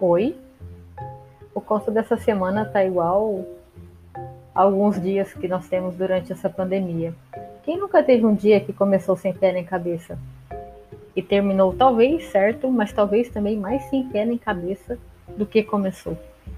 Oi, o conto dessa semana tá igual a alguns dias que nós temos durante essa pandemia. Quem nunca teve um dia que começou sem pé nem cabeça e terminou talvez certo, mas talvez também mais sem pé nem cabeça do que começou?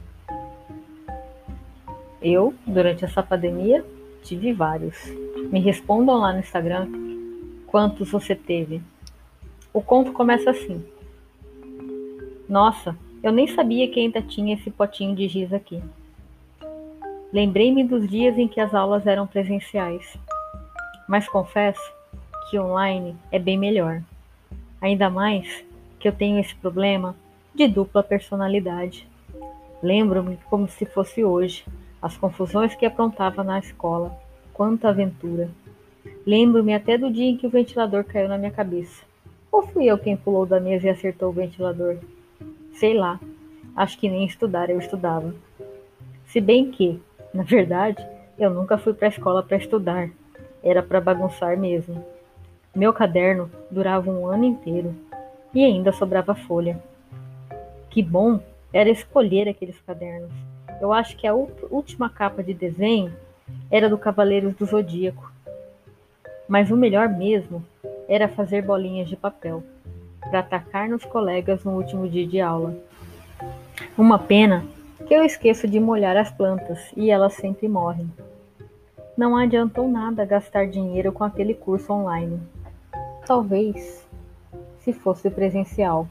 Eu, durante essa pandemia, tive vários. Me respondam lá no Instagram quantos você teve. O conto começa assim: Nossa, eu nem sabia que ainda tinha esse potinho de giz aqui. Lembrei-me dos dias em que as aulas eram presenciais, mas confesso que online é bem melhor. Ainda mais que eu tenho esse problema de dupla personalidade. Lembro-me como se fosse hoje, as confusões que aprontava na escola. Quanta aventura! Lembro-me até do dia em que o ventilador caiu na minha cabeça. Ou fui eu quem pulou da mesa e acertou o ventilador? Sei lá, acho que nem estudar eu estudava. Se bem que, na verdade, eu nunca fui para a escola para estudar. Era para bagunçar mesmo. Meu caderno durava um ano inteiro e ainda sobrava folha. Que bom era escolher aqueles cadernos. Eu acho que a última capa de desenho era do Cavaleiros do Zodíaco, mas o melhor mesmo era fazer bolinhas de papel para atacar nos colegas no último dia de aula. Uma pena que eu esqueço de molhar as plantas e elas sempre morrem. Não adiantou nada gastar dinheiro com aquele curso online. Talvez se fosse presencial.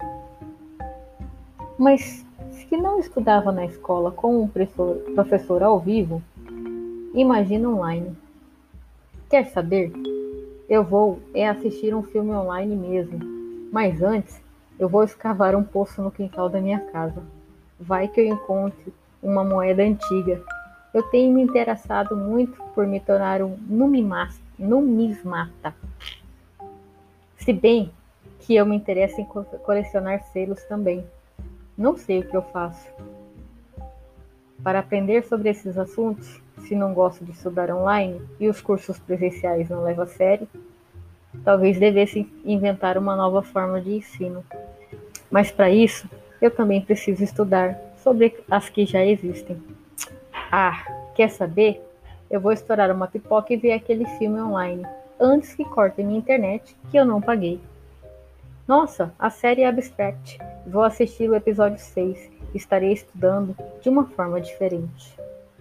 Mas se não estudava na escola com um professor ao vivo, imagina online. Quer saber? Eu vou assistir um filme online mesmo. Mas antes, eu vou escavar um poço no quintal da minha casa. Vai que eu encontre uma moeda antiga. Eu tenho me interessado muito por me tornar um numismata. Se bem que eu me interesso em colecionar selos também. Não sei o que eu faço. Para aprender sobre esses assuntos, se não gosto de estudar online e os cursos presenciais não levo a sério, talvez devesse inventar uma nova forma de ensino. Mas para isso, eu também preciso estudar sobre as que já existem. Ah, quer saber? Eu vou estourar uma pipoca e ver aquele filme online, antes que cortem minha internet, que eu não paguei. Nossa, a série é Abstract. Vou assistir o episódio 6. Estarei estudando de uma forma diferente.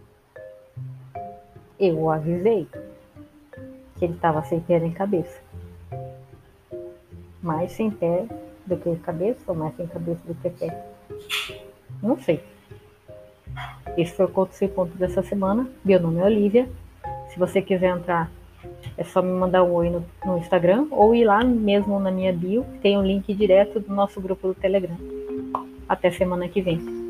Eu o avisei que ele estava sem pé nem cabeça. Mais sem pé do que cabeça ou mais sem cabeça do que pé? Não sei. Esse foi o Conto Sem Ponto dessa semana. Meu nome é Olivia. Se você quiser entrar, é só me mandar um oi no Instagram ou ir lá mesmo na minha bio. Tem um link direto do nosso grupo do Telegram. Até semana que vem.